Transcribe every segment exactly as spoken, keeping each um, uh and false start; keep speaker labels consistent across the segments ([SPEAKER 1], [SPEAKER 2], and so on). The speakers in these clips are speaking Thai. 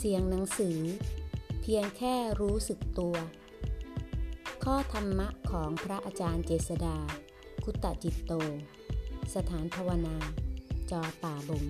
[SPEAKER 1] สียงหนังสือเพียงแค่รู้สึกตัวข้อธรรมะของพระอาจารย์เจษฎาคุตจิตโตสถานภาวนาจอป่าบง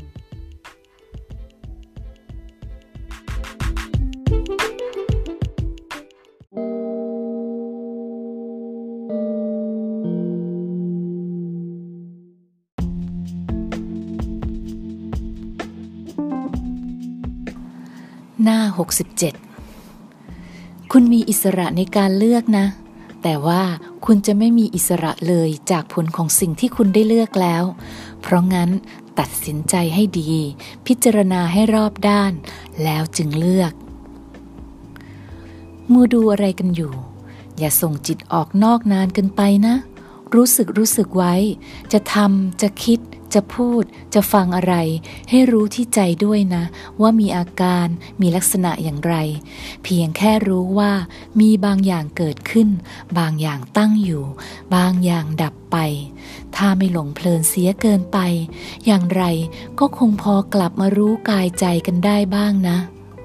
[SPEAKER 2] หน้าหกสิบเจ็ดคุณมีอิสระในการเลือกนะแต่ว่าคุณจะไม่มีอิสระเลยจากผลของสิ่งที่คุณได้เลือกแล้วเพราะงั้นตัดสินใจให้ดีพิจารณาให้รอบด้านแล้วจึงเลือกมัวดูอะไรกันอยู่อย่าส่งจิตออกนอกนานเกินไปนะรู้สึกรู้สึกไว้จะทำจะคิดจะพูดจะฟังอะไรให้รู้ที่ใจด้วยนะว่ามีอาการมีลักษณะอย่างไรเพียงแค่รู้ว่ามีบางอย่างเกิดขึ้นบางอย่างตั้งอยู่บางอย่างดับไปถ้าไม่หลงเพลินเสียเกินไปอย่างไรก็คงพอกลับมารู้กายใจกันได้บ้างนะ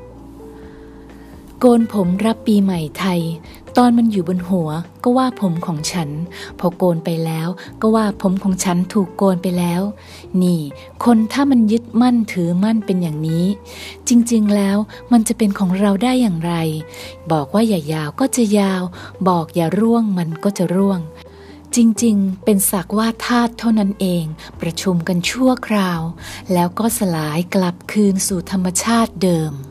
[SPEAKER 2] โกนผมรับปีใหม่ไทยตอนมันอยู่บนหัวก็ว่าผมของฉันพอโกนไปแล้วก็ว่าผมของฉันถูกโกนไปแล้วนี่คนถ้ามันยึดมั่นถือมั่นเป็นอย่างนี้จริงๆแล้วมันจะเป็นของเราได้อย่างไรบอกว่าอย่ายาวก็จะยาวบอกอย่าร่วงมันก็จะร่วงจริงๆเป็นสักว่าธาตุเท่านั้นเองประชุมกันชั่วคราวแล้วก็สลายกลับคืนสู่ธรรมชาติเดิม